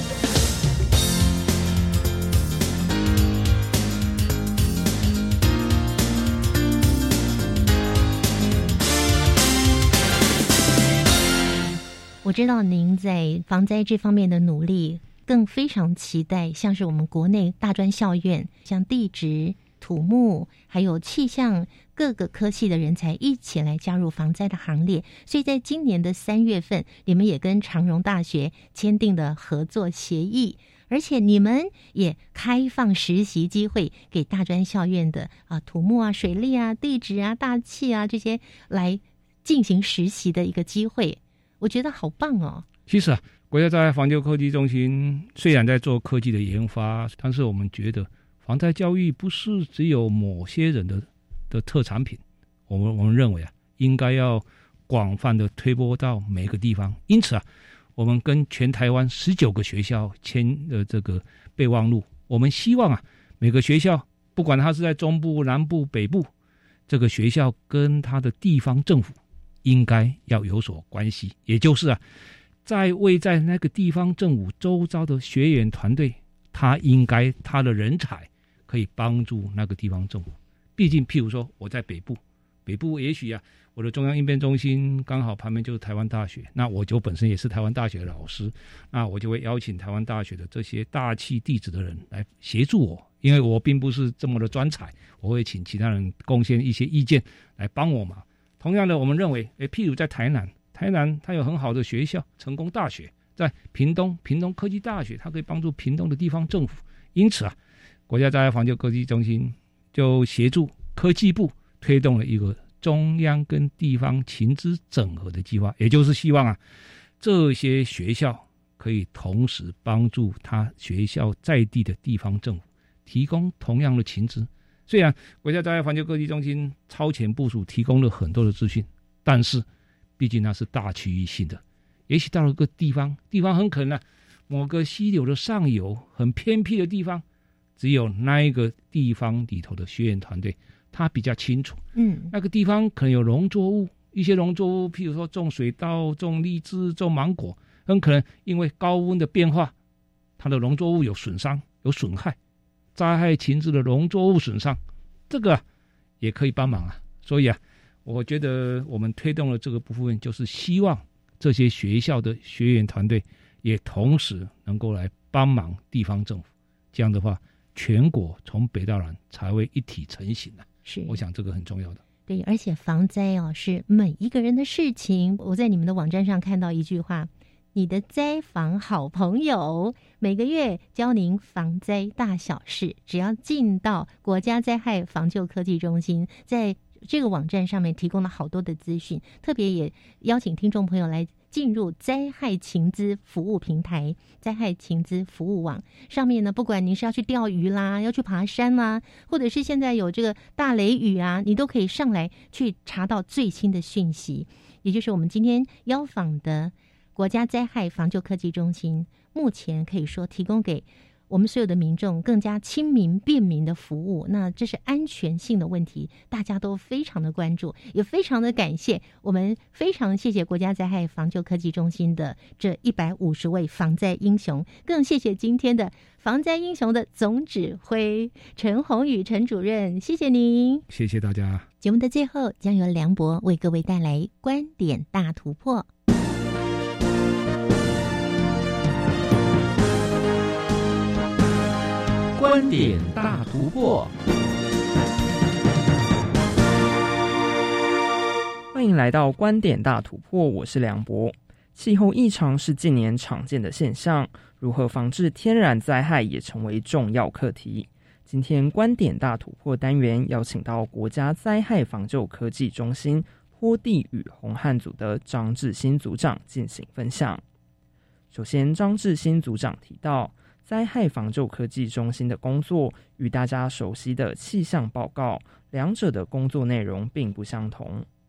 我知道您在防灾这方面的努力，更非常期待像是我们国内大专校院，像地质、土木还有气象各个科系的人才一起来加入防灾的行列。所以在今年的三月份，你们也跟长荣大学签订了合作协议，而且你们也开放实习机会给大专校院的啊土木啊、水利啊、地质啊、大气啊这些来进行实习的一个机会。我觉得好棒哦！ 其实啊，国家灾害防救科技中心虽然在做科技的研发，但是我们觉得防灾教育不是只有某些人的的特产品，我们我们认为啊，应该要广泛的推播到每个地方。因此啊，我们跟全台湾十九个学校签的这个备忘录，我们希望啊，每个学校不管它是在中部、南部、北部，这个学校跟它的地方政府应该要有所关系，也就是啊，在位在那个地方政府周遭的学员团队，他应该他的人才可以帮助那个地方政府。毕竟譬如说我在北部，北部也许啊，我的中央应变中心刚好旁边就是台湾大学，那我就本身也是台湾大学的老师，那我就会邀请台湾大学的这些大气地质的人来协助我，因为我并不是这么的专才，我会请其他人贡献一些意见来帮我嘛。同样的，我们认为，诶，譬如在台南，台南它有很好的学校，成功大学；在屏东，屏东科技大学，它可以帮助屏东的地方政府。因此啊，国家灾害防救科技中心就协助科技部推动了一个中央跟地方情资整合的计划，也就是希望啊，这些学校可以同时帮助他学校在地的地方政府提供同样的情资。虽然国家灾害防救科技中心超前部署提供了很多的资讯，但是毕竟那是大区域性的，也许到了个地方，地方很可能啊，某个溪流的上游很偏僻的地方，只有那一个地方里头的学员团队他比较清楚，嗯，那个地方可能有农作物，一些农作物譬如说种水稻、种荔枝、种芒果，很可能因为高温的变化，它的农作物有损伤、有损害，灾害情资的农作物损伤，这个、啊、也可以帮忙啊。所以啊，我觉得我们推动了这个部分，就是希望这些学校的学员团队也同时能够来帮忙地方政府。这样的话，全国从北到南才会一体成型啊。是，我想这个很重要的。 对，而且防灾哦是每一个人的事情。我在你们的网站上看到一句话，你的灾防好朋友每个月教您防灾大小事，只要进到国家灾害防救科技中心，在这个网站上面提供了好多的资讯，特别也邀请听众朋友来进入灾害情资服务平台、灾害情资服务网上面呢，不管您是要去钓鱼啦，要去爬山啦，或者是现在有这个大雷雨啊，你都可以上来去查到最新的讯息。也就是我们今天邀访的国家灾害防救科技中心，目前可以说提供给我们所有的民众更加亲民便民的服务。那这是安全性的问题，大家都非常的关注，也非常的感谢。我们非常谢谢国家灾害防救科技中心的这一百五十位防灾英雄，更谢谢今天的防灾英雄的总指挥陈宏宇陈主任，谢谢您， 谢谢大家。 节目的最后将由梁博为各位带来观点大突破。 观点大突破， 欢迎来到观点大突破，我是梁博。气候异常是近年常见的现象，如何防治天然灾害也成为重要课题。今天观点大突破单元邀请到国家灾害防救科技中心坡地与洪旱组的张志新组长进行分享。首先，张志新组长提到，灾害防救科技中心的工作与大家熟悉的气象报告，两者的工作内容并不相同。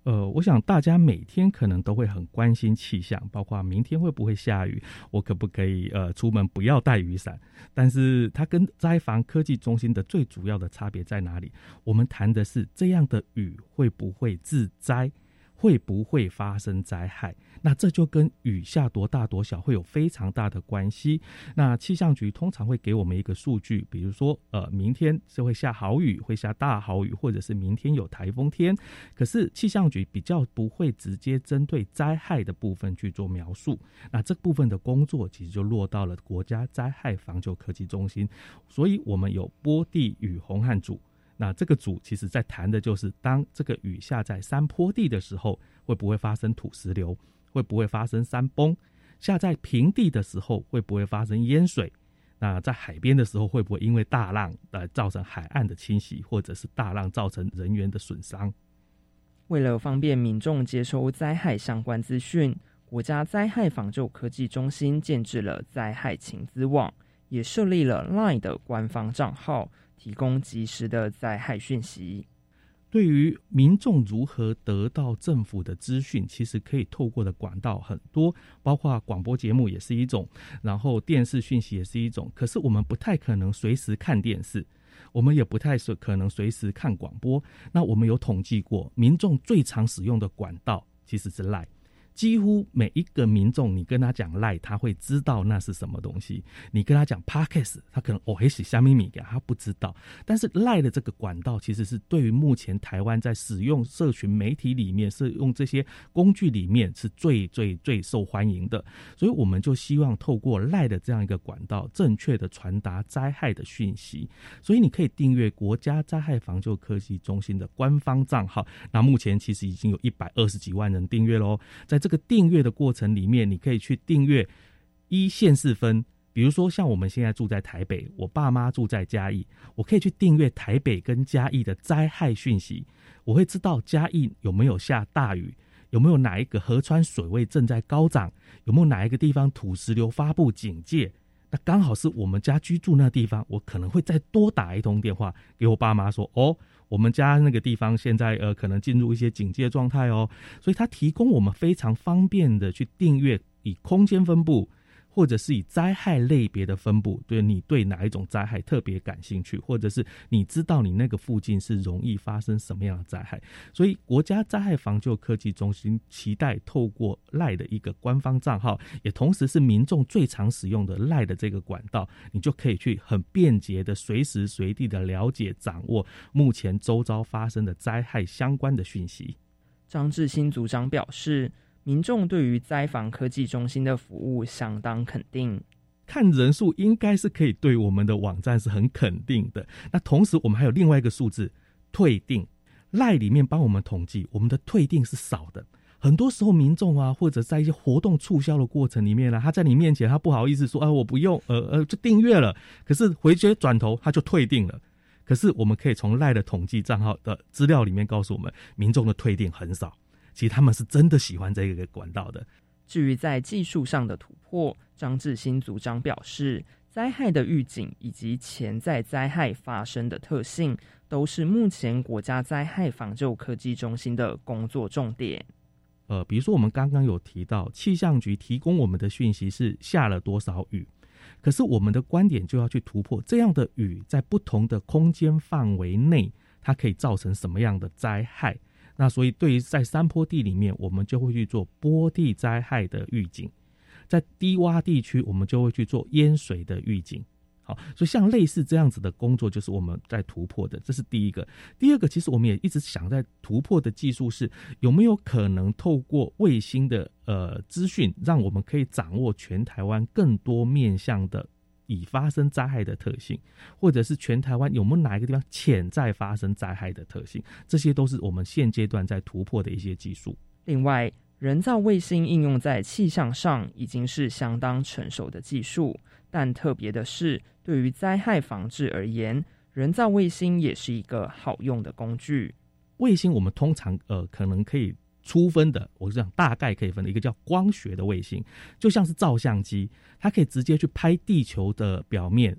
呃，我想大家每天可能都会很关心气象，包括明天会不会下雨，我可不可以呃出门不要带雨伞。但是它跟灾防科技中心的最主要的差别在哪里？我们谈的是这样的雨会不会致灾，会不会发生灾害。那这就跟雨下多大多小会有非常大的关系。那气象局通常会给我们一个数据，比如说呃，明天是会下豪雨，会下大豪雨，或者是明天有台风天。可是气象局比较不会直接针对灾害的部分去做描述，那这部分的工作其实就落到了国家灾害防救科技中心。所以我们有波地雨洪旱组，那这个组其实在谈的就是当这个雨下在山坡地的时候，会不会发生土石流，会不会发生山崩，下在平地的时候会不会发生淹水，那在海边的时候会不会因为大浪来造成海岸的侵袭，或者是大浪造成人员的损伤。 为了方便民众接收灾害相关资讯，国家灾害防救科技中心建置了灾害情资网，也设立了 LINE 的官方账号，提供及时的灾害讯息。 对于民众如何得到政府的资讯，其实可以透过的管道很多，包括广播节目也是一种，然后电视讯息也是一种。可是我们不太可能随时看电视，我们也不太可能随时看广播。那我们有统计过，民众最常使用的管道其实是 LINE。几乎每一个民众，你跟他讲 LINE， 他会知道那是什么东西。你跟他讲 Podcast， 他可能哦还是虾米米，他不知道。但是 LINE 的这个管道，其实是对于目前台湾在使用社群媒体里面，是用这些工具里面是最最最受欢迎的。所以我们就希望透过 LINE 的这样一个管道，正确的传达灾害的讯息。所以你可以订阅国家灾害防救科技中心的官方账号。那目前其实已经有一百二十几万人订阅咯。在这个订阅的过程里面，你可以去订阅依县市分，比如说像我们现在住在台北，我爸妈住在嘉义，我可以去订阅台北跟嘉义的灾害讯息，我会知道嘉义有没有下大雨，有没有哪一个河川水位正在高涨，有没有哪一个地方土石流发布警戒。那刚好是我们家居住那地方，我可能会再多打一通电话给我爸妈说，哦，我们家那个地方现在呃可能进入一些警戒状态哦。所以它提供我们非常方便的去订阅，以空间分布或者是以灾害类别的分布，对你对哪一种灾害特别感兴趣，或者是你知道你那个附近是容易发生什么样的灾害。所以国家灾害防救科技中心期待透过 LINE 的一个官方账号，也同时是民众最常使用的 LINE 的这个管道，你就可以去很便捷的随时随地的了解掌握目前周遭发生的灾害相关的讯息。 张志新组长表示，民众对于灾防科技中心的服务相当肯定， 看人数应该是可以对我们的网站是很肯定的。那同时我们还有另外一个数字，退订。 LINE 里面帮我们统计，我们的退订是少的。很多时候民众啊，或者在一些活动促销的过程里面呢、啊，他在你面前他不好意思说啊，我不用，呃呃，就订阅了，可是回去转头他就退订了。可是我们可以从 LINE 的统计账号的资料里面告诉我们，民众的退订很少。其实他们是真的喜欢这个管道的。 至于在技术上的突破，张志新组长表示，灾害的预警以及潜在灾害发生的特性，都是目前国家灾害防救科技中心的工作重点。 呃，比如说我们刚刚有提到，气象局提供我们的讯息是下了多少雨，可是我们的观点就要去突破，这样的雨在不同的空间范围内，它可以造成什么样的灾害。那所以对于在山坡地里面，我们就会去做坡地灾害的预警，在低洼地区我们就会去做淹水的预警。好，所以像类似这样子的工作就是我们在突破的，这是第一个。第二个，其实我们也一直想在突破的技术是有没有可能透过卫星的呃资讯，让我们可以掌握全台湾更多面向的已发生灾害的特性，或者是全台湾有没有哪一个地方潜在发生灾害的特性，这些都是我们现阶段在突破的一些技术。 另外，人造卫星应用在气象上已经是相当成熟的技术，但特别的是，对于灾害防治而言，人造卫星也是一个好用的工具。 卫星我们通常呃可能可以粗分的，我是讲大概可以分的一个叫光学的卫星，就像是照相机，它可以直接去拍地球的表面，呃，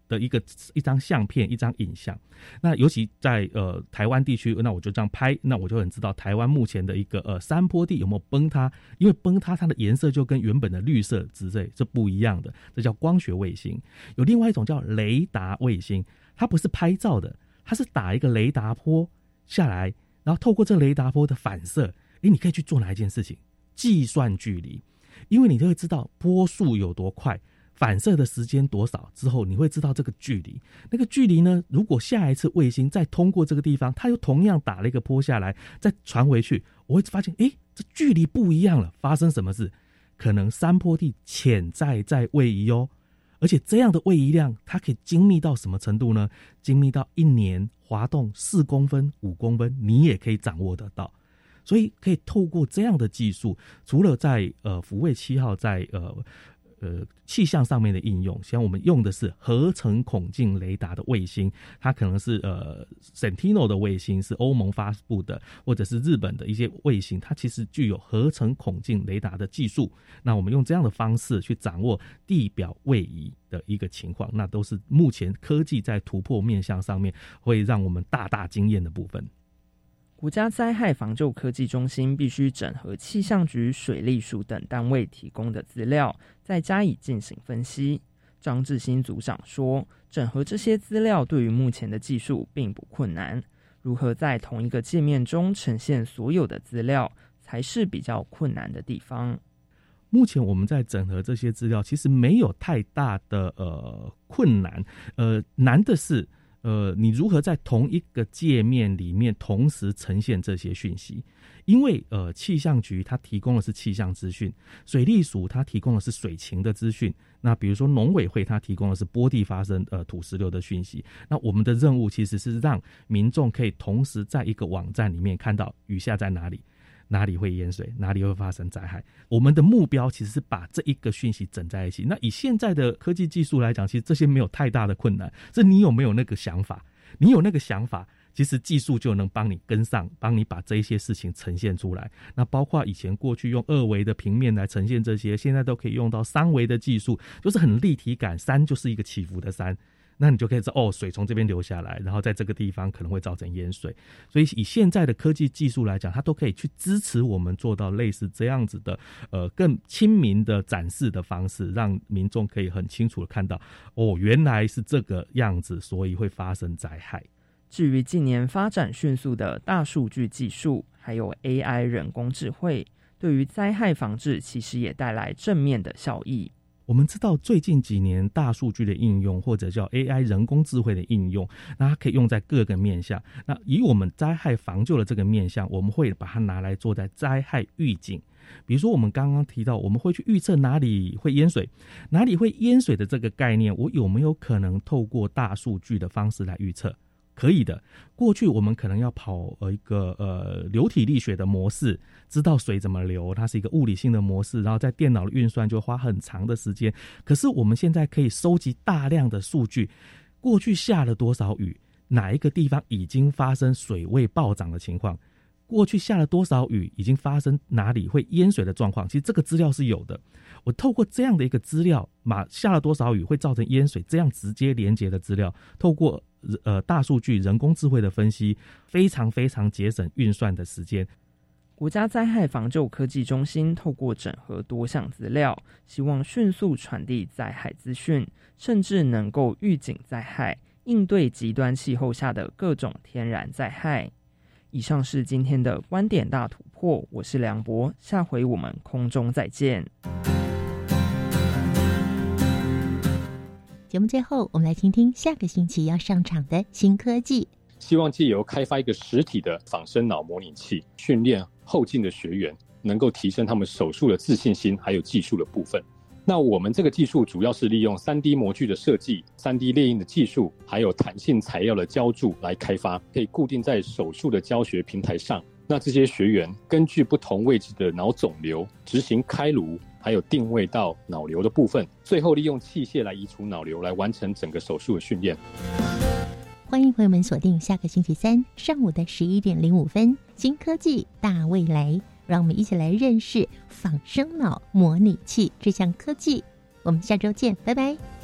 的一个一张相片，一张影像。那尤其在呃台湾地区，那我就这样拍，那我就很知道台湾目前的一个呃山坡地有没有崩塌，因为崩塌它的颜色就跟原本的绿色植类是不一样的，这叫光学卫星。有另外一种叫雷达卫星，它不是拍照的，它是打一个雷达波下来，然后透过这个雷达波的反射，诶，你可以去做哪一件事情？计算距离，因为你就会知道波速有多快，反射的时间多少之后，你会知道这个距离。那个距离呢，如果下一次卫星再通过这个地方，它又同样打了一个波下来，再传回去，我会发现，诶，这距离不一样了，发生什么事？可能山坡地潜在在位移哦。而且这样的位移量，它可以精密到什么程度呢？精密到一年滑动四公分、五公分，你也可以掌握得到。所以可以透过这样的技术，除了在呃福卫七号在呃呃气象上面的应用，像我们用的是合成孔径雷达的卫星，它可能是呃 Sentinel 的卫星，是欧盟发布的，或者是日本的一些卫星，它其实具有合成孔径雷达的技术。那我们用这样的方式去掌握地表位移的一个情况，那都是目前科技在突破面向上面会让我们大大惊艳的部分。 国家灾害防救科技中心必须整合气象局、水利署等单位提供的资料，再加以进行分析。张志新组长说，整合这些资料对于目前的技术并不困难，如何在同一个界面中呈现所有的资料，才是比较困难的地方。 目前我们在整合这些资料，其实没有太大的呃困难，呃难的是呃，你如何在同一个界面里面同时呈现这些讯息？因为呃，气象局它提供的是气象资讯，水利署它提供的是水情的资讯，那比如说农委会它提供的是坡地发生呃土石流的讯息。那我们的任务其实是让民众可以同时在一个网站里面看到雨下在哪里，哪里会淹水，哪里会发生灾害。我们的目标其实是把这一个讯息整在一起。那以现在的科技技术来讲，其实这些没有太大的困难，是你有没有那个想法。你有那个想法，其实技术就能帮你跟上，帮你把这一些事情呈现出来。那包括以前过去用二维的平面来呈现这些，现在都可以用到三维的技术，就是很立体感，山就是一个起伏的山，那你就可以知道哦，水从这边流下来，然后在这个地方可能会造成淹水。所以以现在的科技技术来讲，它都可以去支持我们做到类似这样子的呃更亲民的展示的方式，让民众可以很清楚的看到哦，原来是这个样子，所以会发生灾害。 至于近年发展迅速的大数据技术，还有 A I 人工智慧，对于灾害防治其实也带来正面的效益。 我们知道最近几年大数据的应用，或者叫 A I 人工智慧的应用，那它可以用在各个面向。那以我们灾害防救的这个面向，我们会把它拿来做在灾害预警。比如说我们刚刚提到，我们会去预测哪里会淹水，哪里会淹水的这个概念，我有没有可能透过大数据的方式来预测？可以的。过去我们可能要跑一个呃流体力学的模式，知道水怎么流，它是一个物理性的模式，然后在电脑的运算就花很长的时间。可是我们现在可以收集大量的数据，过去下了多少雨，哪一个地方已经发生水位暴涨的情况，过去下了多少雨，已经发生哪里会淹水的状况，其实这个资料是有的。我透过这样的一个资料，把下了多少雨会造成淹水这样直接连结的资料，透过呃大数据人工智慧的分析，非常非常节省运算的时间。 国家灾害防救科技中心透过整合多项资料，希望迅速传递灾害资讯，甚至能够预警灾害，应对极端气候下的各种天然灾害。以上是今天的观点大突破，我是梁博，下回我们空中再见。 节目最后，我们来听听下个星期要上场的新科技。 希望藉由开发一个实体的仿生脑模拟器，训练后进的学员，能够提升他们手术的自信心，还有技术的部分。那我们这个技术主要是利用 三 D 模具的设计、三 D 列印的技术，还有弹性材料的浇筑来开发，可以固定在手术的教学平台上。那这些学员根据不同位置的脑肿瘤，执行开颅，还有定位到脑瘤的部分，最后利用器械来移除脑瘤，来完成整个手术的训练。 欢迎朋友们锁定下个星期三上午的十一点零五分，新科技大未来，让我们一起来认识仿生脑模拟器这项科技。我们下周见，拜拜。